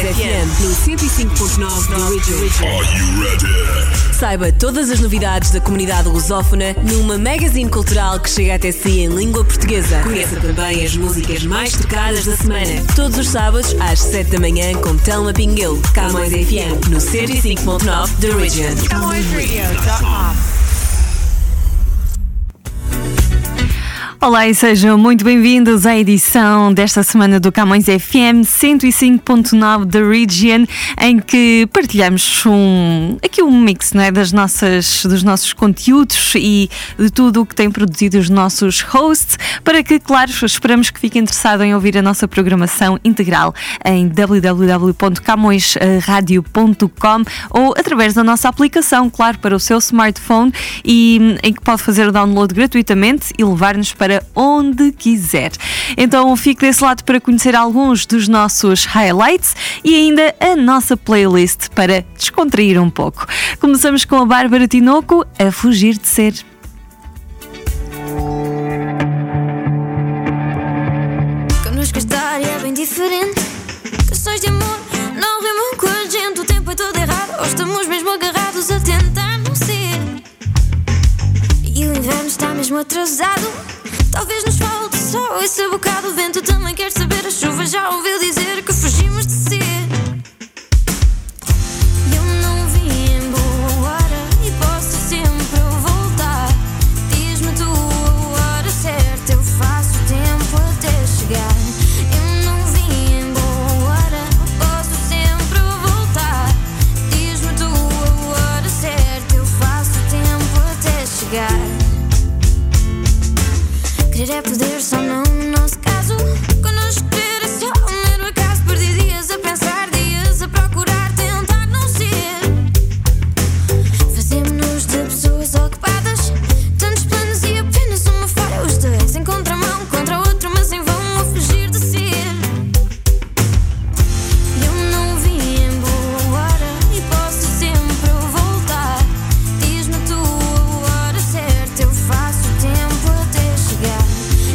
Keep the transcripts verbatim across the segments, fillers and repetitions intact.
F M no cento e cinco ponto nove da Region. Are you ready? Saiba todas as novidades da comunidade lusófona numa magazine cultural que chega até si em língua portuguesa. Conheça também as músicas mais tocadas da semana. Todos os sábados às sete da manhã com Telma Pinguel. Camões F M no cento e cinco ponto nove da Region. Camões Radio ponto com. Olá e sejam muito bem-vindos à edição desta semana do Camões F M cento e cinco ponto nove da Region, em que partilhamos um, aqui um mix, não é, das nossas, dos nossos conteúdos e de tudo o que têm produzido os nossos hosts, para que, claro, esperamos que fique interessado em ouvir a nossa programação integral em w w w ponto camões radio ponto com ou através da nossa aplicação, claro, para o seu smartphone, e em que pode fazer o download gratuitamente e levar-nos para para onde quiser. Então fique desse lado para conhecer alguns dos nossos highlights e ainda a nossa playlist para descontrair um pouco. Começamos com a Bárbara Tinoco, A Fugir de Ser. Connosco a história é bem diferente. Canções de amor não rimam com a gente. O tempo é todo errado, ou estamos mesmo agarrados a tentar não ser. E o inverno está mesmo atrasado. Talvez nos falte só esse bocado. O vento também quer saber, a chuva já ouviu dizer que fugimos de ser. Eu não vim em boa hora e posso sempre voltar. Diz-me tu a hora certa, eu faço tempo até chegar. Eu não vim em boa hora, posso sempre voltar. Diz-me tu a hora certa, eu faço tempo até chegar. Querer é poder, só não no nosso caso. Connosco querer é só o mero acaso. Perdi dias a pensar, dias a procurar, tentar não ser. Fazemos-nos de pessoas ocupadas, tantos planos e apenas uma falha. Os dois em contramão, contra o outro, mas em vão a fugir de ser. Eu não vim em boa hora e posso sempre voltar. Diz-me tu a hora certa, eu faço tempo até chegar.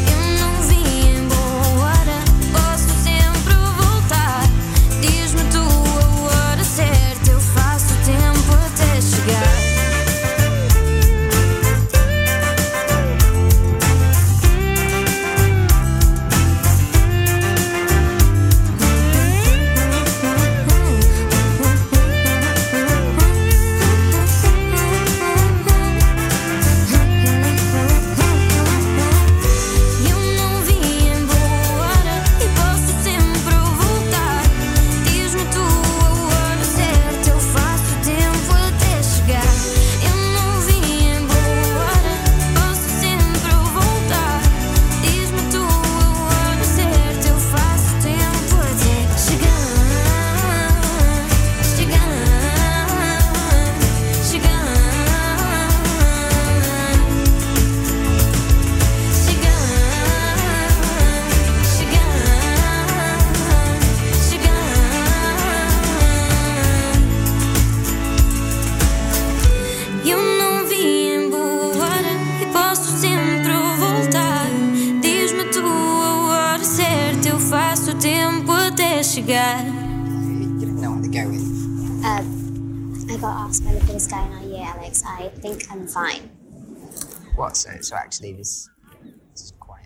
I think I'm fine. What? So, so actually, this, this is quiet.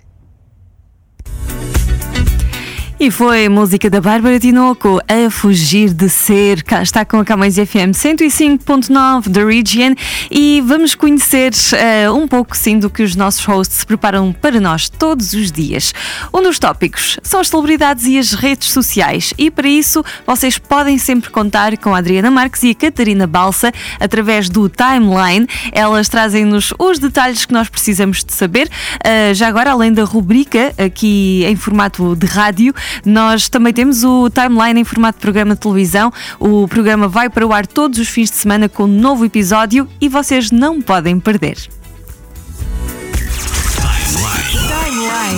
E foi música da Bárbara Tinoco, A Fugir de Ser. Cá está com a Camões F M cento e cinco ponto nove da Region e vamos conhecer uh, um pouco, sim, do que os nossos hosts preparam para nós todos os dias. Um dos tópicos são as celebridades e as redes sociais, e para isso vocês podem sempre contar com a Adriana Marques e a Catarina Balsa através do Timeline. Elas trazem-nos os detalhes que nós precisamos de saber. Uh, já agora, além da rubrica aqui em formato de rádio, nós também temos o Timeline em formato de programa de televisão. O programa vai para o ar todos os fins de semana com um novo episódio e vocês não podem perder. Timeline. Timeline.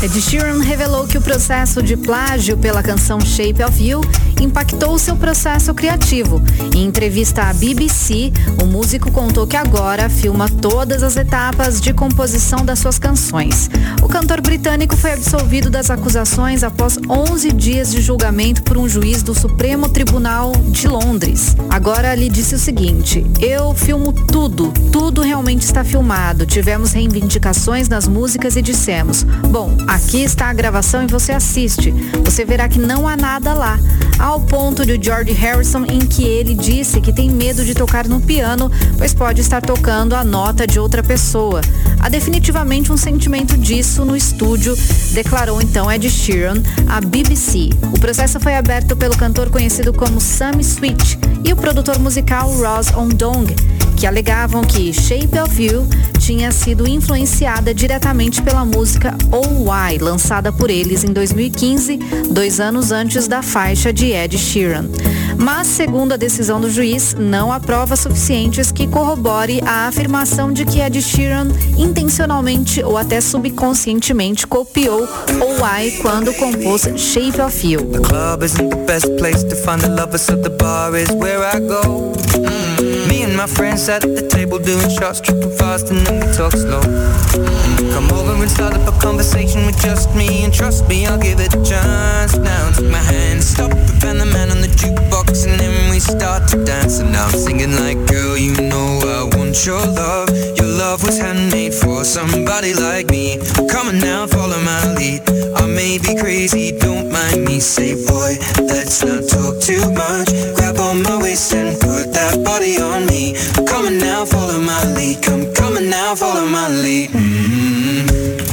Ed Sheeran revelou que o processo de plágio pela canção Shape of You impactou seu processo criativo. Em entrevista à B B C, o músico contou que agora filma todas as etapas de composição das suas canções. O cantor britânico foi absolvido das acusações após onze dias de julgamento por um juiz do Supremo Tribunal de Londres. Agora lhe disse o seguinte: eu filmo tudo, tudo realmente está filmado. Tivemos reivindicações nas músicas e dissemos, bom, aqui está a gravação e você assiste. Você verá que não há nada lá. Ao ponto de George Harrison, em que ele disse que tem medo de tocar no piano, pois pode estar tocando a nota de outra pessoa. Há definitivamente um sentimento disso no estúdio, declarou então Ed Sheeran à B B C. O processo foi aberto pelo cantor conhecido como Sam Smith e o produtor musical Ross Ondong, que alegavam que Shape of You tinha sido influenciada diretamente pela música Oh Why, lançada por eles em dois mil e quinze, dois anos antes da faixa de Ed Sheeran. Mas, segundo a decisão do juiz, não há provas suficientes que corrobore a afirmação de que Ed Sheeran intencionalmente ou até subconscientemente copiou Oh Why quando compôs Shape of You. The club isn't the best place to find the lovers, so the bar is where I go. Mm-hmm. Me and my friends sat at the table doing shots, tripping fast and then we talk slow. Mm-hmm. Come over and start up a conversation with just me, and trust me, I'll give it a chance. Now take my hand, stop it, and the man on the jukebox, and then we start to dance. And now I'm singing like, girl, you know I want your love. Your love was handmade for somebody like me. Come on now, follow my lead. I may be crazy, don't mind me. Say, boy, let's not talk too much. Grab on my waist and put that body on me. Come on now, follow my lead. Come, come on now, follow my lead. Mm-hmm.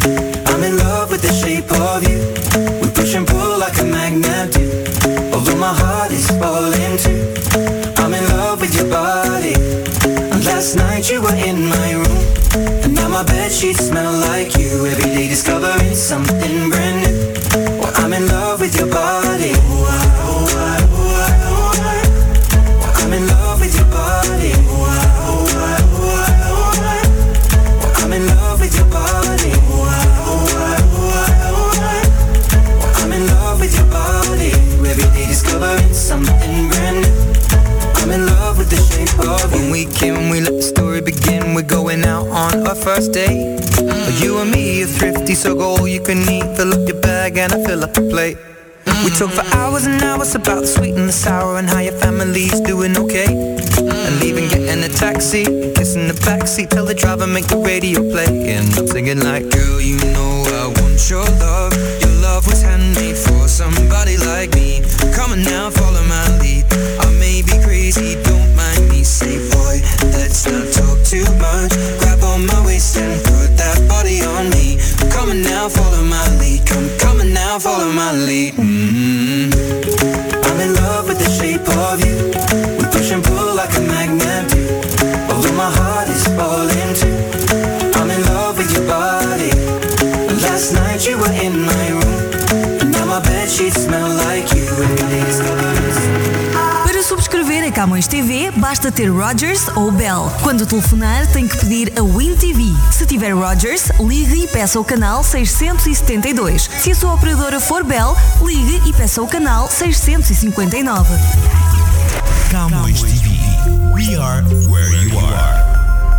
I'm in love with the shape of you. We push and pull like a magnet do. Although my heart is falling too. I'm in love with your body. And last night you were in my room, and now my bedsheets smell like you. Every day discovering something brand new. Well, I'm in love with your body. Oh, I, oh, I, oh, I, oh, I. Well, I'm in love with your body. Oh, I, oh, I, oh, I, oh, I. Well, I'm in love with your body. Oh, I, oh, I, oh, I, oh, I. Well, I'm in love with your body. Every day discovering something brand new. I'm in love with the shape of you. When we came, we let the story begin. We're going out on our first date. Mm. You and me are thrifty, so go all you can eat. Fill up your bag and I fill up the plate. Mm. We talk for hours and hours about the sweet and the sour, and how your family's doing okay. Mm. And leaving, getting a taxi, kissing the backseat, tell the driver make the radio play. And I'm singing like, girl, you know I want your love. Your love was handmade for somebody like me. Come on now, follow my lead. I may be crazy, don't mind me. Say, boy, let's not talk too much. Grab on my waist and put that body on me. Come on now, follow my lead. Come, come on now, follow my lead. Mm-hmm. I'm in love with the shape of you. We push and pull like a magnet do. Although my heart is falling too. I'm in love with your body. Last night you were in my room, and now my bedsheets smell like you. Every day discovering. Para subscrever a Camões T V, basta ter Rogers ou Bell. Quando telefonar, tem que pedir a Win T V. Se tiver Rogers, ligue e peça o canal seiscentos e setenta e dois. Se a sua operadora for Bell, ligue e peça o canal seiscentos e cinquenta e nove. Camões T V. We are where you are.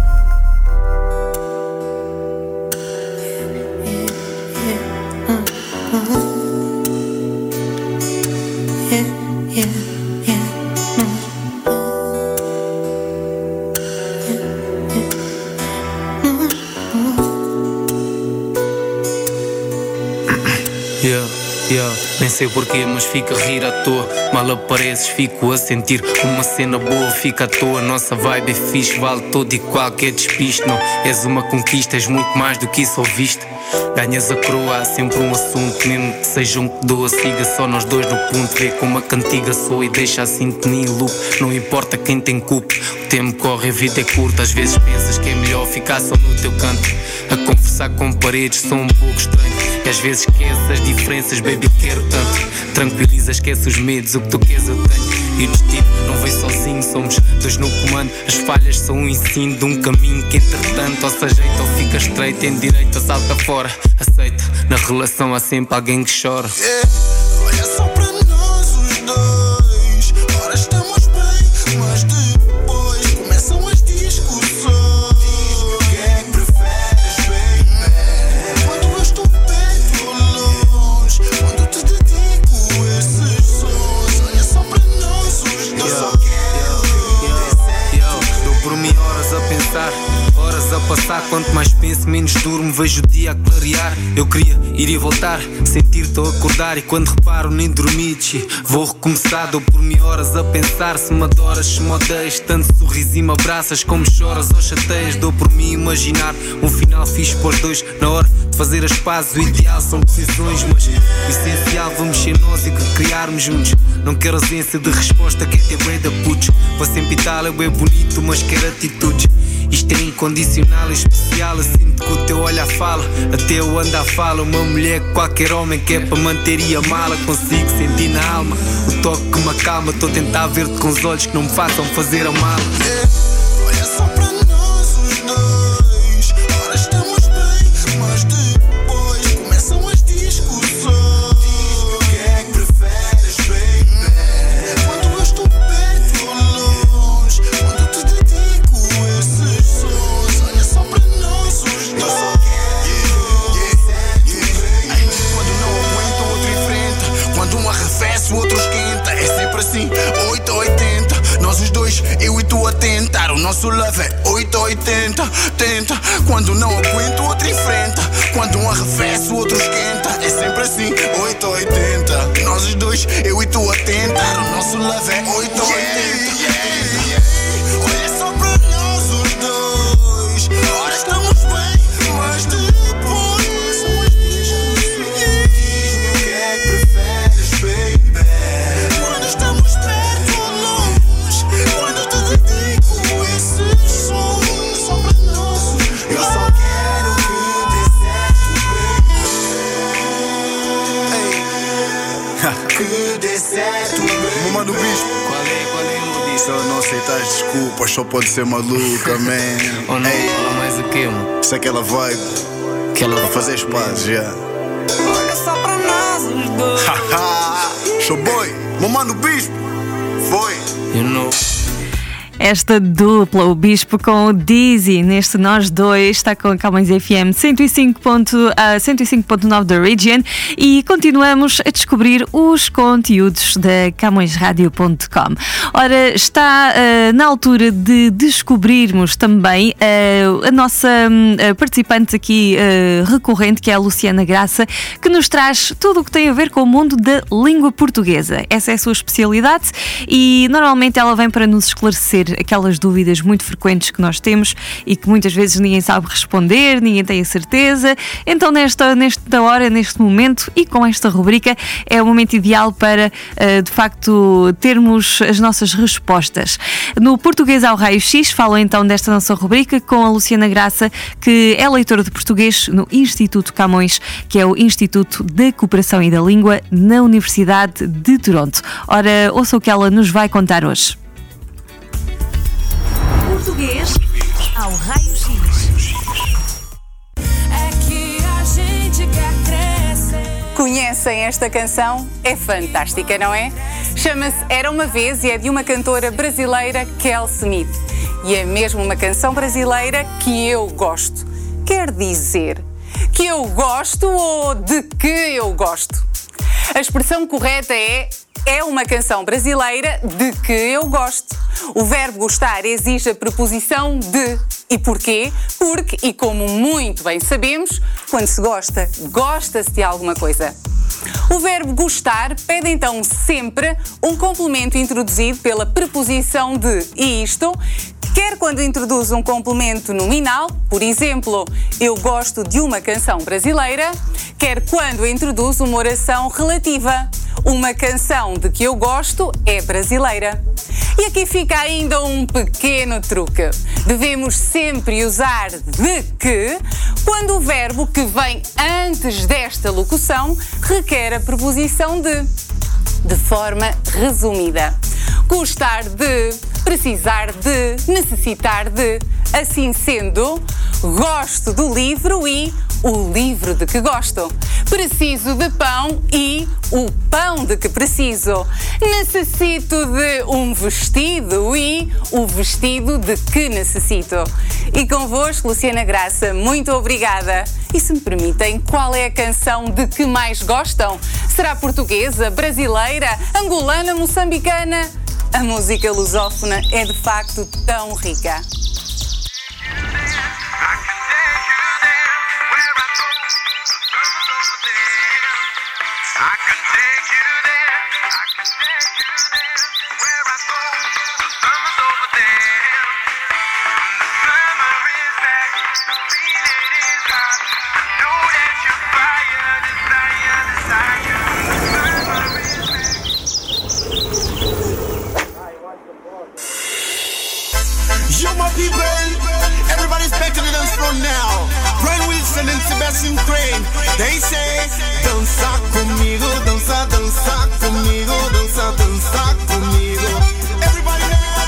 Yeah, yeah, nem sei porquê, mas fico a rir à toa. Mal apareces, fico a sentir uma cena boa, fica à toa. Nossa vibe é fixe, vale todo e qualquer despiste. Não, és uma conquista, és muito mais do que isso ouviste. Ganhas a coroa, há sempre um assunto. Mesmo que seja um que doa, siga só nós dois no ponto. Vê como a cantiga soa e deixa a sintonia em loop. Não importa quem tem culpa, o tempo corre, a vida é curta. Às vezes pensas que é melhor ficar só no teu canto, a conversar com paredes, sou um pouco estranho. E às vezes esquece as diferenças, baby, quero tanto. Tranquiliza, esquece os medos, o que tu queres eu tenho. E o destino não veio sozinho, somos dois no comando. As falhas são um ensino de um caminho que entretanto ou se ajeita ou fica estreito. Tem direito a salta fora, aceita. Na relação há sempre alguém que chora. Yeah. Olha só para nós os dois. Ora estamos bem, mas depois começam as discussões. Diz-me o que é que preferes, baby. Quando eu estou perto ou longe, quando te dedico esses sons. Olha só para nós os dois. Yo, yo, yo, yo. Dou por mim horas a pensar, horas a passar. Quanto mais penso, menos durmo. Vejo o dia a clarear. Eu queria ir e voltar, sentir, estou a acordar. E quando reparo nem dormi, tchi, vou recomeçar. Dou por mim horas a pensar. Se me adoras, se me odeias, tanto sorriso e me abraças, como choras ou chateias. Dou por mim imaginar um final fixe para os dois. Na hora de fazer as pazes, o ideal são decisões, mas o essencial vamos ser nós e que criarmos juntos. Não quero ausência de resposta, quer ter bué da putz. Para sempre e tal é bué bonito, mas quero atitudes. Isto é incondicional, é especial. Eu sinto que o teu olhar fala, até eu ando à fala. Uma mulher que qualquer homem quer para manter e amá-la. Consigo sentir na alma o toque que me acalma. Estou a tentar ver-te com os olhos que não me façam fazer a mala. Yeah. Olha só para nós os dois. Ora estamos bem, mas depois começam as discussões. Diz-me o que é que preferes, baby. Quando eu estou perto ou longe, quando te dedico esses sons. Olha só para nós os dois. Quando não aguenta, o outro enfrenta. Quando um arrefece, o outro esquenta. É sempre assim, oito ou oitenta. Nós os dois, eu e tu a tentar. O nosso love é oito ou oitenta. Tenta, quando não aguenta, o outro enfrenta. Quando um arrefece, o outro esquenta. É sempre assim, oito ou oitenta. Nós os dois, eu e tu a tentar. O nosso love é oito ou oitenta. Olha só para nós os dois. Ora estamos bem, mas depois são as discussões. Diz-me o que é que preferes, baby. Quando estamos perto ou longe, quando te dedico esses sons. Só para nós, eu só quero que dê certo, baby. Que dê certo, baby. Mano Bispo, Qual é, qual é o se disso? ela não aceitar as desculpas, só pode ser maluca, man. Ou não, Ei, fala mais o quê, mano? isso é aquela vibe Que ela para fazer as pazes, já. Olha só para nós os dois. Haha, show boy, meu mano Bispo, foi. You know. Esta dupla, o Bispo com o Dizzy, neste Nós Dois, está com a Camões F M cento e cinco ponto nove da Region e continuamos a descobrir os conteúdos da camões rádio ponto com. Ora, está uh, na altura de descobrirmos também uh, a nossa uh, participante aqui uh, recorrente, que é a Luciana Graça, que nos traz tudo o que tem a ver com o mundo da língua portuguesa. Essa é a sua especialidade e normalmente ela vem para nos esclarecer aquelas dúvidas muito frequentes que nós temos e que muitas vezes ninguém sabe responder, ninguém tem a certeza. Então nesta, nesta hora, neste momento e com esta rubrica é o momento ideal para de facto termos as nossas respostas. No Português ao Raio-X falam então desta nossa rubrica com a Luciana Graça, que é leitora de português no Instituto Camões, que é o Instituto da Cooperação e da Língua na Universidade de Toronto. Ora, ouça o que ela nos vai contar hoje. Português ao Raio-X. Aqui a gente quer crescer. Conhecem esta canção? É fantástica, não é? Chama-se Era Uma Vez e é de uma cantora brasileira, Kel Smith. E é mesmo uma canção brasileira que eu gosto. Quer dizer, que eu gosto ou de que eu gosto? A expressão correta é é uma canção brasileira de que eu gosto. O verbo gostar exige a preposição de. E porquê? Porque, e como muito bem sabemos, quando se gosta, gosta-se de alguma coisa. O verbo gostar pede então sempre um complemento introduzido pela preposição de. E isto, quer quando introduz um complemento nominal, por exemplo, eu gosto de uma canção brasileira, quer quando introduz uma oração relativa. Uma canção de que eu gosto é brasileira. E aqui fica ainda um pequeno truque. Devemos sempre usar de que quando o verbo que vem antes desta locução requer a preposição de. De forma resumida. gostar de, precisar de, necessitar de. Assim sendo, gosto do livro e o livro de que gosto. Preciso de pão e o pão de que preciso. Necessito de um vestido e o vestido de que necessito. E convosco, Luciana Graça, muito obrigada. E se me permitem, qual é a canção de que mais gostam? Será portuguesa, brasileira, angolana, moçambicana? A música lusófona é de facto tão rica. Yo, my people, everybody's back to the dance floor now. Brian Wilson and Sebastian Crane. They say, dança comigo, dança, dança comigo, dança, dança comigo. Everybody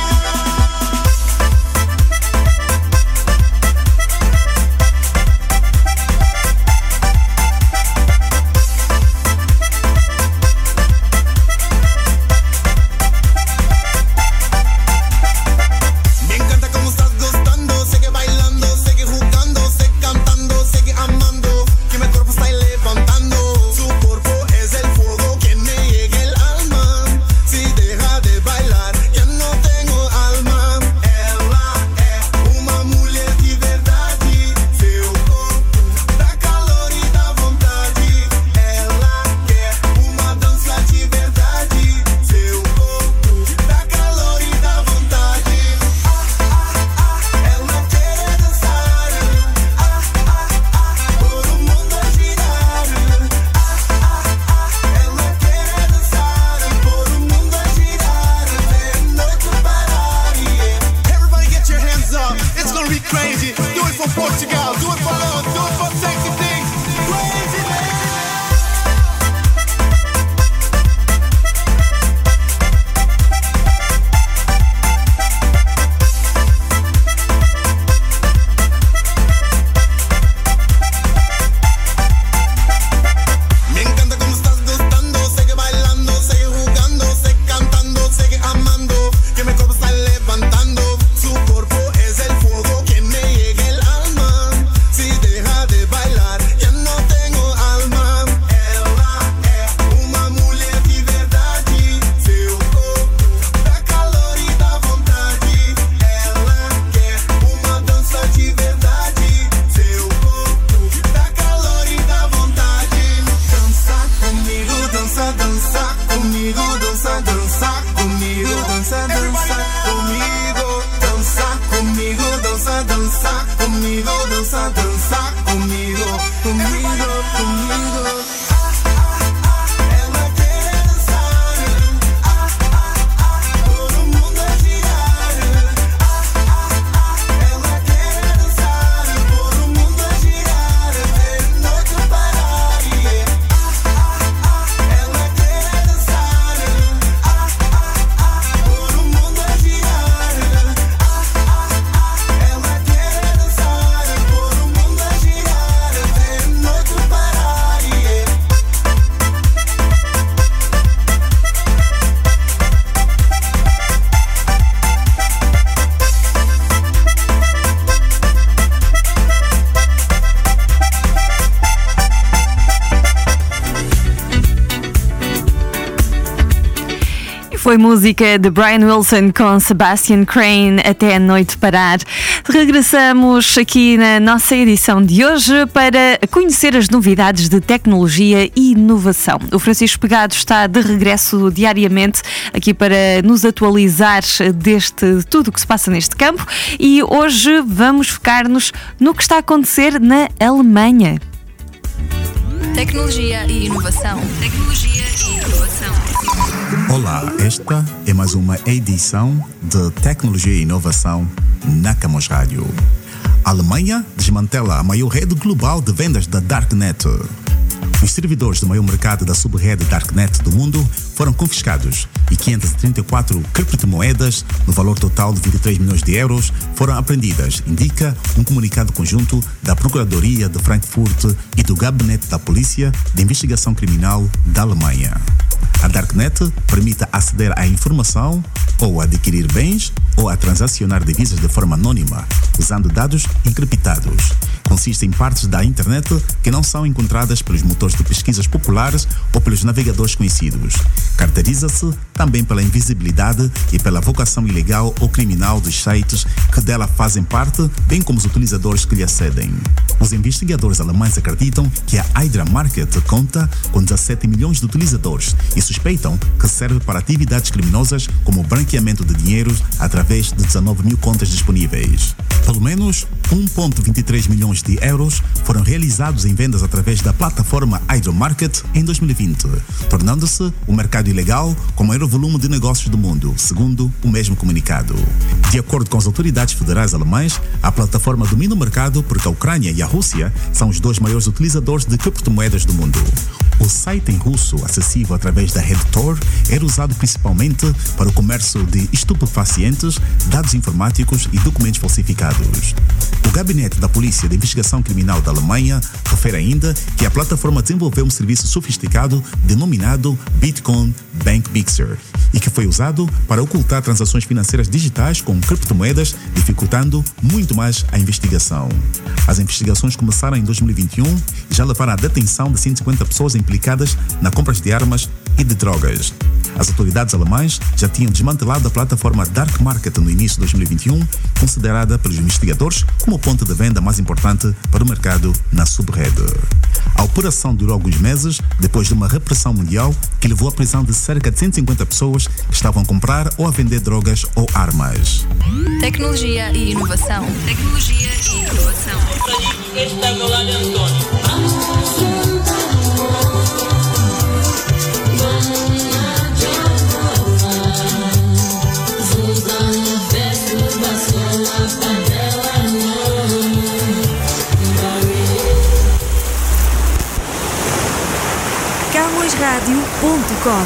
Foi música de Brian Wilson com Sebastian Crane, Até a Noite Parar. Regressamos aqui na nossa edição de hoje para conhecer as novidades de tecnologia e inovação. O Francisco Pegado está de regresso diariamente aqui para nos atualizar deste tudo o que se passa neste campo e hoje vamos focar-nos no que está a acontecer na Alemanha. Tecnologia e inovação. Tecnologia e inovação. Olá, esta é mais uma edição de Tecnologia e Inovação na Camões Rádio. A Alemanha desmantela a maior rede global de vendas da Darknet. Os servidores do maior mercado da sub-rede Darknet do mundo foram confiscados e quinhentas e trinta e quatro criptomoedas, no valor total de vinte e três milhões de euros, foram apreendidas, indica um comunicado conjunto da Procuradoria de Frankfurt e do Gabinete da Polícia de Investigação Criminal da Alemanha. A Darknet permite aceder à informação ou adquirir bens ou a transacionar divisas de forma anônima, usando dados encriptados. Consiste em partes da internet que não são encontradas pelos motores de pesquisas populares ou pelos navegadores conhecidos. Caracteriza-se também pela invisibilidade e pela vocação ilegal ou criminal dos sites que dela fazem parte, bem como os utilizadores que lhe acedem. Os investigadores alemães acreditam que a Hydra Market conta com dezassete milhões de utilizadores e suspeitam que serve para atividades criminosas como o branqueamento de dinheiro através de dezanove mil contas disponíveis. Pelo menos um vírgula vinte e três milhões de euros foram realizados em vendas através da plataforma Hydra Market em dois mil e vinte, tornando-se o mercado ilegal com o maior volume de negócios do mundo, segundo o mesmo comunicado. De acordo com as autoridades federais alemãs, a plataforma domina o mercado porque a Ucrânia e a Rússia são os dois maiores utilizadores de criptomoedas do mundo. O site em russo, acessível através da rede Tor, era usado principalmente para o comércio de estupefacientes, dados informáticos e documentos falsificados. O Gabinete da Polícia de Investigação Criminal da Alemanha refere ainda que a plataforma desenvolveu um serviço sofisticado denominado Bitcoin Bank Mixer e que foi usado para ocultar transações financeiras digitais com criptomoedas, dificultando muito mais a investigação. As investigações começaram em dois mil e vinte e um e já levaram à detenção de cento e cinquenta pessoas implicadas na compra de armas e de drogas. As autoridades alemãs já tinham desmantelado a plataforma Dark Market no início de dois mil e vinte e um, considerada pelos investigadores como o ponto de venda mais importante para o mercado na sub-rede. A operação durou alguns meses, depois de uma repressão mundial que levou à prisão de cerca de cento e cinquenta pessoas que estavam a comprar ou a vender drogas ou armas. Tecnologia e inovação. Tecnologia e inovação. Este é o meu lado Antônio. camões rádio ponto com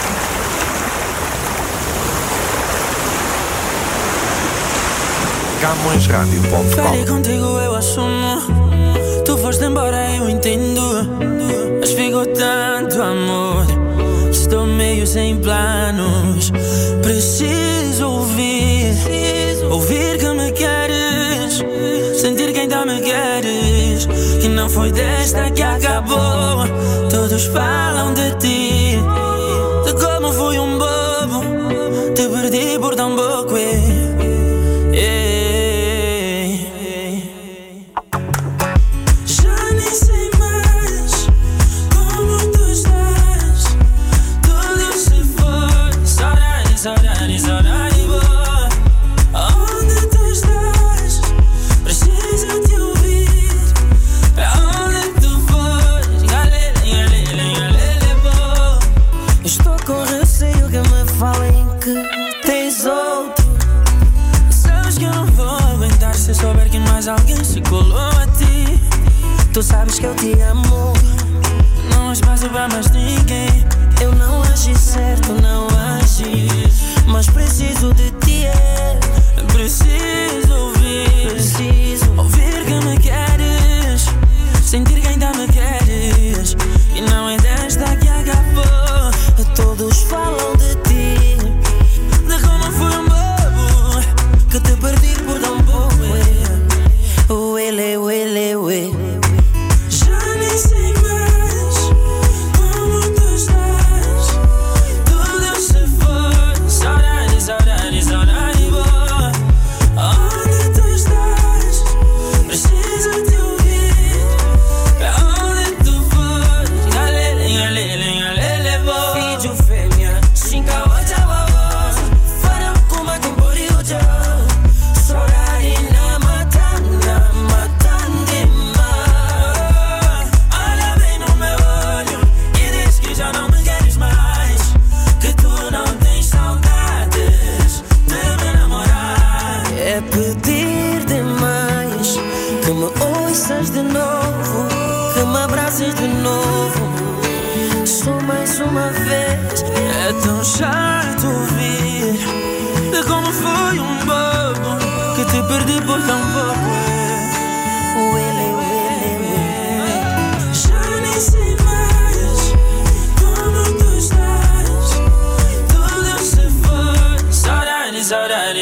camões rádio ponto com. Falei contigo, eu assumo. Tu foste embora, eu entendo. Mas ficou tanto amor. Estou meio sem planos. Preciso ouvir. Ouvir que me queres. Sentir que ainda me queres. Que não foi desta que acabou. Todos falam de ti. De como fui um bobo. Te perdi por tão pouco. Alguém se colou a ti. Tu sabes que eu te amo. Não há espaço pra mais ninguém. Eu não agi certo, não agi. Mas preciso de ti, é. Preciso ouvir. Preciso ouvir que me queres. Sentir que ainda me queres. E não é desta que acabou. Todos falam de ti. De como fui um bobo. Que te perdi por tão pouco. Uele, uele, uele. Já nem sei mais como tu estás. Tudo eu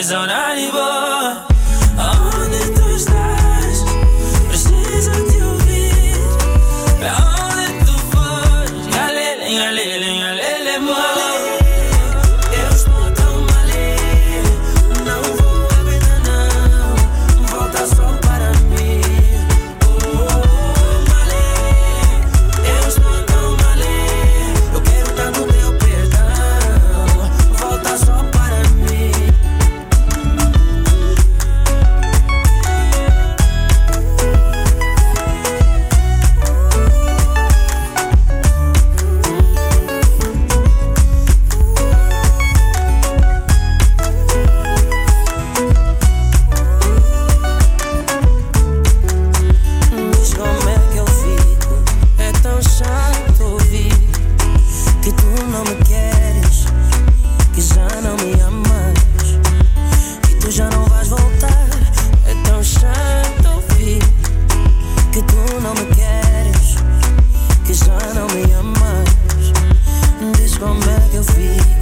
saudade boa. Aonde tu estás? Preciso te ouvir. Pra onde tu fores? Galele, galele, galele, mole. Eu estou tão malê. Não vou aguentar não. Volta só para mim. Oh, oh, malê. Eu estou tão malê. Eu quero tanto teu perdão. Volta só para mim. Diz como é que eu fico. É tão chato ouvir que tu não me queres, que já não me amas, que tu já não vais voltar. É tão chato ouvir que tu não me queres, que já não me amas. Diz como é que eu fico.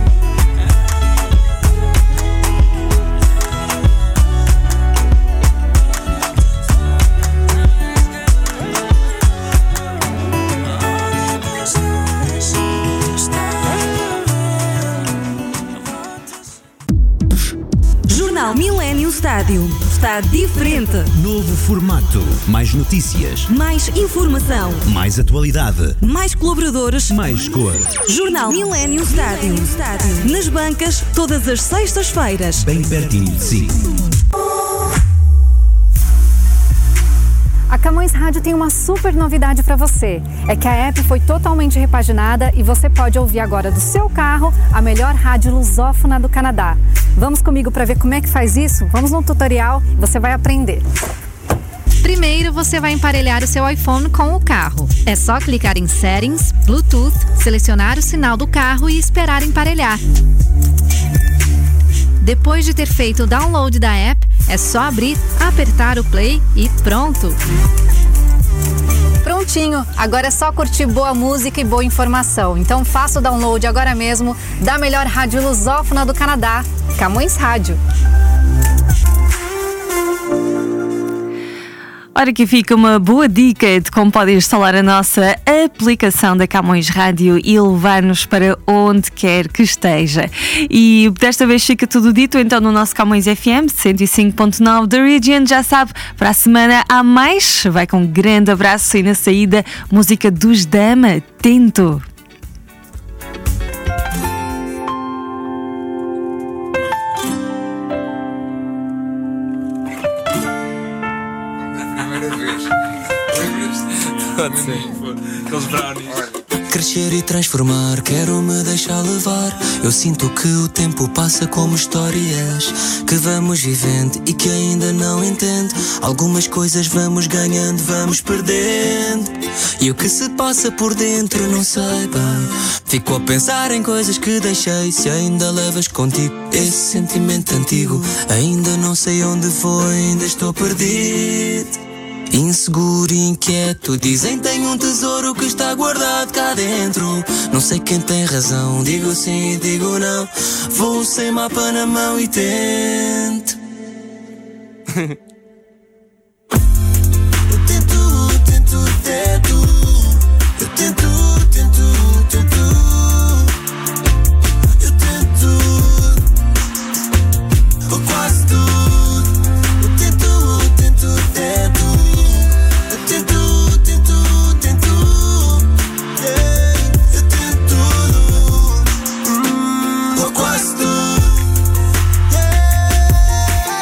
Jornal Millennium Estádio. Está diferente. Novo formato, mais notícias, Mais informação. mais atualidade, Mais colaboradores. mais cor. Jornal Millennium Estádio. Nas bancas, todas as sextas-feiras. Bem pertinho de si. A Camões Rádio tem uma super novidade para você. É que a app foi totalmente repaginada e você pode ouvir agora do seu carro a melhor rádio lusófona do Canadá. Vamos comigo para ver como é que faz isso? Vamos no tutorial e você vai aprender. Primeiro, você vai emparelhar o seu iPhone com o carro. É só clicar em Settings, Bluetooth, selecionar o sinal do carro e esperar emparelhar. Depois de ter feito o download da app, é só abrir, apertar o play e pronto! Prontinho! Agora é só curtir boa música e boa informação. Então faça o download agora mesmo da melhor rádio lusófona do Canadá, Camões Rádio. Ora, aqui fica uma boa dica de como pode instalar a nossa aplicação da Camões Rádio e levar-nos para onde quer que esteja. E desta vez fica tudo dito, então, no nosso Camões F M cento e cinco ponto nove da Region. Já sabe, para a semana há mais. Vai com um grande abraço e na saída, música dos Dama, Tento. Pode ser. Aqueles brownies. Crescer e transformar, quero me deixar levar. Eu sinto que o tempo passa como histórias que vamos vivendo e que ainda não entendo. Algumas coisas vamos ganhando, vamos perdendo. E o que se passa por dentro não sei bem. Fico a pensar em coisas que deixei. Se ainda levas contigo esse sentimento antigo, ainda não sei onde vou, ainda estou perdido. Inseguro e inquieto, dizem tenho um tesouro que está guardado cá dentro. Não sei quem tem razão, digo sim e digo não. Vou sem mapa na mão e tento. Eu tento, tento, tento. Eu tento, tento, tento. Eu tento, ou quase tudo. Eu tento, tento, tento. Tento, tento, tento, yeah. Eu tento tudo, mm, ou quase tudo, yeah,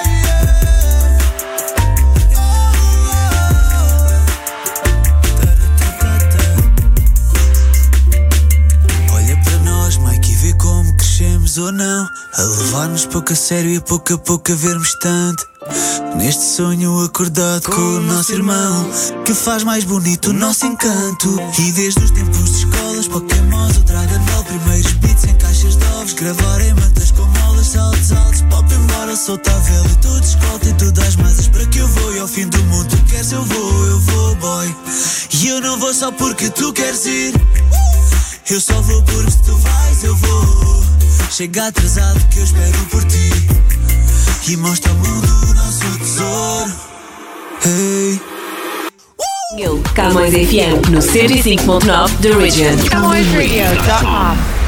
yeah. Olha para nós, Mike, e vê como crescemos ou não. A levar-nos pouco a sério e a pouco a pouco a vermos tanto. Neste sonho acordado com o nosso irmão, que faz mais bonito o nosso encanto. E desde os tempos de escolas, Pokémons ou Dragon Ball, primeiros beats em caixas de ovos, gravar em mantas com molas, saltos altos, pop embora, solta a vela e tudo escolta e tudo às masas para que eu vou. E ao fim do mundo tu queres, eu vou, eu vou, boy. E eu não vou só porque tu queres ir, eu só vou porque se tu vais eu vou. Chega atrasado que eu espero por ti. que mostra ao mundo o nosso tesouro. Hey. Camões F M no cento e cinco ponto nove da Region. Camões Radio ponto com